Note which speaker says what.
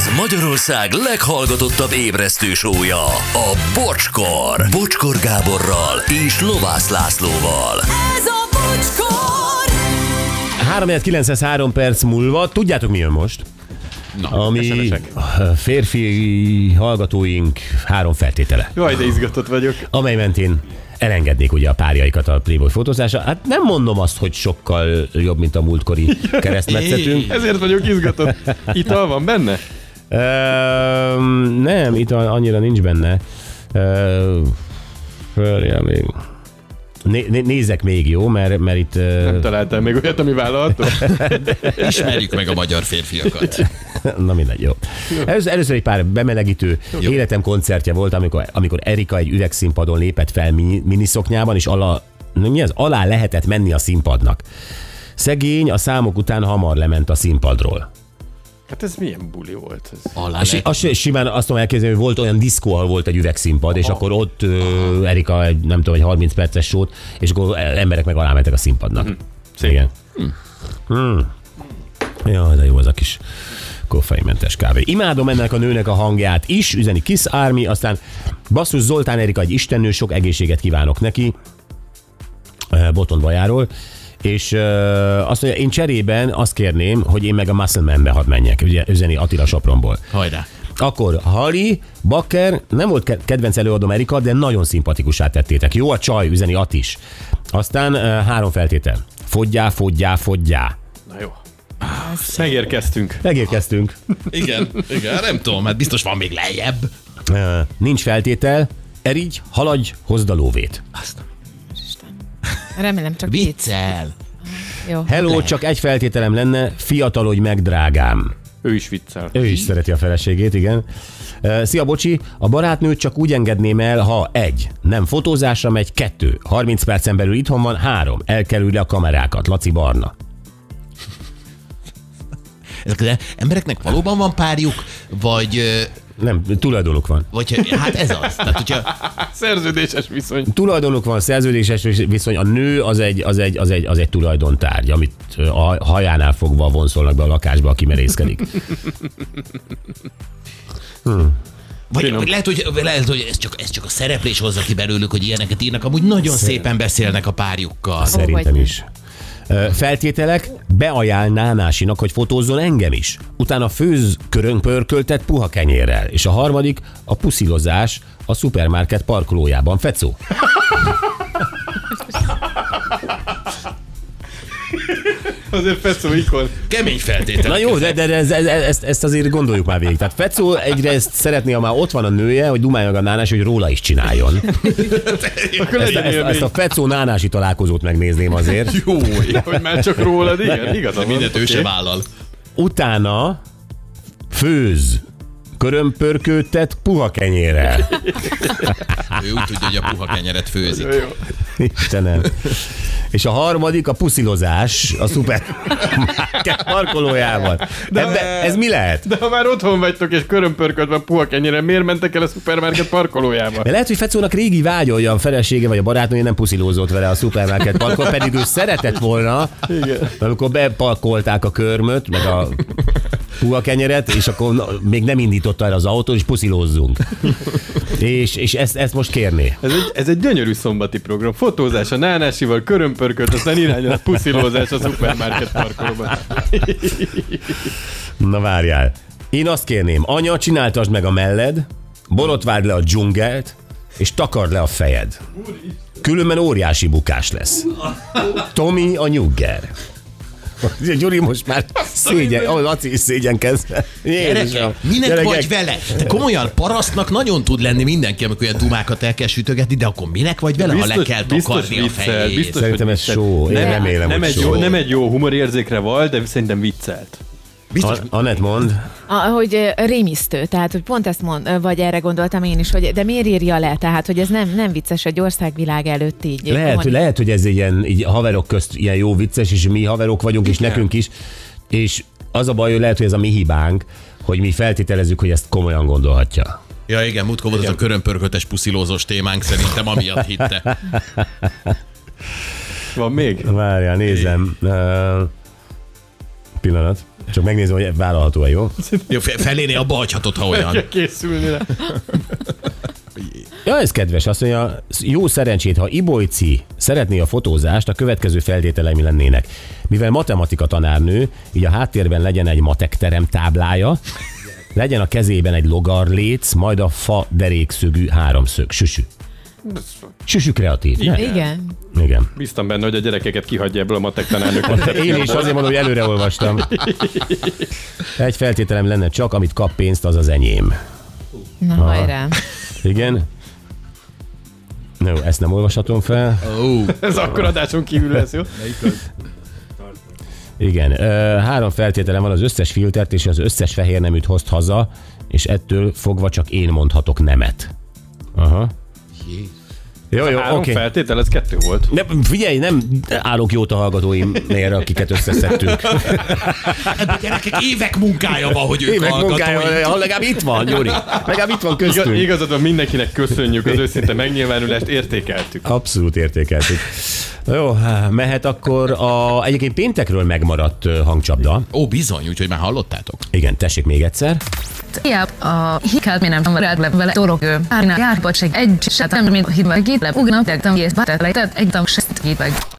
Speaker 1: Ez Magyarország leghallgatottabb ébresztő show-ja, a Bocskor. Bocskor Gáborral és Lovász Lászlóval.
Speaker 2: Ez a Bocskor!
Speaker 3: 3:09 perc múlva, tudjátok mi jön most?
Speaker 4: Na,
Speaker 3: ami
Speaker 4: SMS-ek.
Speaker 3: férfi hallgatóink 3 feltétele,
Speaker 4: Jaj, de izgatott vagyok.
Speaker 3: amely mentén elengednék ugye a párjaikat a Playboy fotózásra. Hát nem mondom azt, hogy sokkal jobb, mint a múltkori keresztmetszetünk.
Speaker 4: Ezért vagyok izgatott. Ital van benne?
Speaker 3: Nem, itt annyira nincs benne. Följe még. Nézzek még, jó, mert itt...
Speaker 4: Nem találtál még olyat, ami vállalható?
Speaker 5: Ismerjük meg a magyar férfiakat.
Speaker 3: Na mindegy, jó. Először egy pár bemelegítő életem koncertje volt, amikor Erika egy üvegszínpadon lépett fel miniszoknyában, és alá lehetett menni a színpadnak. Szegény a számok után hamar lement a színpadról.
Speaker 4: Hát ez milyen buli volt ez?
Speaker 3: Simán azt tudom elképzelni, hogy volt olyan diszkó, ahol volt egy üvegszínpad, és akkor ott Erika egy, nem tudom, egy 30 perces sót, és akkor emberek meg alá mentek a színpadnak.
Speaker 4: Szép.
Speaker 3: Igen. Jaj, de jó az a kis koffeinmentes kávé. Imádom ennek a nőnek a hangját is, üzeni Kiss Army, aztán basszus Zoltán Erika egy istennő, sok egészséget kívánok neki, Botond Bajáról, és azt mondja, én cserében azt kérném, hogy én meg a Muscle Man-be hadd menjek, ugye üzeni Attila Sopronból.
Speaker 5: Hajrá.
Speaker 3: Akkor Hali, Bakker, nem volt kedvenc előadóm Erika, de nagyon szimpatikusát tettétek. Jó a csaj, üzeni Attis. Aztán 3 feltétel. Fogyjá, fogyjá, fogyjá.
Speaker 4: Na jó. Megérkeztünk.
Speaker 3: Megérkeztünk.
Speaker 5: Igen, nem tudom, hát biztos van még lejjebb.
Speaker 3: Nincs feltétel, erigy, haladj, hozd a lóvét.
Speaker 2: Remélem csak
Speaker 5: Viccel.
Speaker 2: Jó.
Speaker 3: Hello, csak egy feltételem lenne, fiatalodj meg, drágám.
Speaker 4: Ő is viccel.
Speaker 3: Ő is szereti a feleségét, igen. Szia, bocsi, a barátnőt csak úgy engedném el, ha 1. Nem fotózásra megy, 2. 30 percen belül itthon van, 3. Elkerülje a kamerákat, Laci Barna.
Speaker 5: Ezek embereknek valóban van párjuk, vagy
Speaker 3: Nem, tulajdonuk van.
Speaker 5: hát ez az. Tehát, hogyha
Speaker 4: Szerződéses viszony.
Speaker 3: Tulajdonuk van, szerződéses viszony, a nő az egy tulajdontárgy, amit a hajánál fogva vonszolnak be a lakásba, aki merészkedik.
Speaker 5: vagy lehet, hogy ez csak a szereplés hozza ki belőlük, hogy ilyeneket írnak, amúgy nagyon szépen beszélnek a párjukkal.
Speaker 3: Szerintem is. Feltételek, beajánl Nánásinak, hogy fotózzon engem is. Utána főz körömpörköltet puha kenyérrel. És a harmadik, a puszilozás a szupermarket parkolójában. Fecó.
Speaker 4: Azért Fecó ikon.
Speaker 5: Kemény feltétel.
Speaker 3: Na jó, de ezt azért gondoljuk már végig. Tehát Fecó egyrészt szeretné, ha már ott van a nője, hogy dumálja meg a Nánás, hogy róla is csináljon.
Speaker 4: Akkor
Speaker 3: Ezt a Fecó Nánási találkozót megnézném azért.
Speaker 5: Jó,
Speaker 4: hogy már csak rólad, igen, igazad van.
Speaker 5: mindent ő
Speaker 4: Oké.
Speaker 5: se vállal.
Speaker 3: Utána főz körömpörköltet puha kenyérrel.
Speaker 5: Ő úgy tudja, hogy a puha kenyeret főzik.
Speaker 4: Jó.
Speaker 3: Istenem. És a harmadik a puszilozás a szupermarket parkolójában. Ez mi lehet?
Speaker 4: De ha már otthon vagytok és körömpörkölt van puha kenyére, miért mentek el a szupermarket parkolójába?
Speaker 3: De lehet, hogy Fecónak régi vágya, hogy a felesége vagy a barátnője nem puszilózott vele a szupermarket parkolón, pedig ő szeretett volna, amikor beparkolták a körmöt, meg a puha kenyeret, és akkor még nem indította el az autót, és puszilózzunk. És ezt most kérné.
Speaker 4: Ez egy gyönyörű szombati program. Fotózás a Nánásival, körömpörkölt, aztán irányon a puszilózás a szupermarket parkolóban.
Speaker 3: Na várjál. Én azt kérném, anya, csináltasd meg a melled, borotváld le a dzsungelt, és takard le a fejed. Különben óriási bukás lesz. Tomi a nyugger. Gyuri most már Laci is szégyenkezve.
Speaker 5: Gyerekek, minek vagy vele? De komolyan, parasztnak nagyon tud lenni mindenki, amikor ilyen dumákat el kell sütögetni, de akkor minek vagy vele, ha le kell takarni a fejét?
Speaker 3: Szerintem ez show. Én remélem, hogy show.
Speaker 4: Nem egy jó humorérzékre val, de szerintem viccelt.
Speaker 5: Biztos,
Speaker 3: Anett, mond.
Speaker 2: Hogy rémisztő, tehát hogy pont ezt vagy erre gondoltam én is, hogy de miért írja le, tehát hogy ez nem vicces egy országvilág előtt így.
Speaker 3: Lehet, hogy ez ilyen így haverok közt ilyen jó vicces, és mi haverok vagyunk, és nekünk is, és az a baj, hogy lehet, hogy ez a mi hibánk, hogy mi feltételezzük, hogy ezt komolyan gondolhatja.
Speaker 5: Ja igen, múltkor volt az a körömpörkötes puszilózós témánk, szerintem amiatt hitte.
Speaker 4: Van még?
Speaker 3: Várjál, nézem. Pillanat. Csak megnézem, hogy vállalható-e, jó?
Speaker 5: Jó, feléné abba hagyhatod, ha olyan.
Speaker 4: Kell készülni rá.
Speaker 3: Ja, ez kedves. Azt mondja, jó szerencsét, ha Ibolci szeretné a fotózást, a következő feltételeim lennének. Mivel matematika tanárnő, így a háttérben legyen egy matek teremtáblája, legyen a kezében egy logarléc, majd a fa derékszögű háromszög. Süsü. Süsü kreatív. Ne?
Speaker 2: Igen.
Speaker 3: Igen.
Speaker 4: Bíztam benne, hogy a gyerekeket kihagyja ebből a matek tanárnők.
Speaker 3: Én is azért mondom, hogy előre olvastam. Egy feltételem lenne csak, amit kap pénzt, az az enyém.
Speaker 2: Na, hajrá.
Speaker 3: Igen. Jó, ezt nem olvashatom fel.
Speaker 4: Ez akkor adáson kívül lesz, jó?
Speaker 3: Igen. 3 feltételem van, az összes filtert és az összes fehér neműt hozt haza, és ettől fogva csak én mondhatok nemet. Aha. Jó,
Speaker 4: 3
Speaker 3: oké.
Speaker 4: feltétel, ez 2 volt.
Speaker 3: Ne, figyelj, nem állok jót a hallgatóimnél, akiket összeszedtünk.
Speaker 5: Ebben gyerekek évek munkája van, hogy ők
Speaker 3: Évek munkája,
Speaker 5: hallgatói.
Speaker 3: legalább itt van, Gyuri. Legalább itt van köztünk.
Speaker 4: Igazad van, mindenkinek köszönjük az őszinte megnyilvánulást, értékeltük.
Speaker 3: Abszolút értékeltük. Jó, mehet akkor egyébként péntekről megmaradt hangcsapda.
Speaker 5: Ó, bizony, úgyhogy már hallottátok.
Speaker 3: Igen, tessék még egyszer.
Speaker 6: A hikát mi nem van vele torok árna járbatség egy setem mint hitve gépleg ugnap tegtem és batetlejtett egy tag sest gépleg.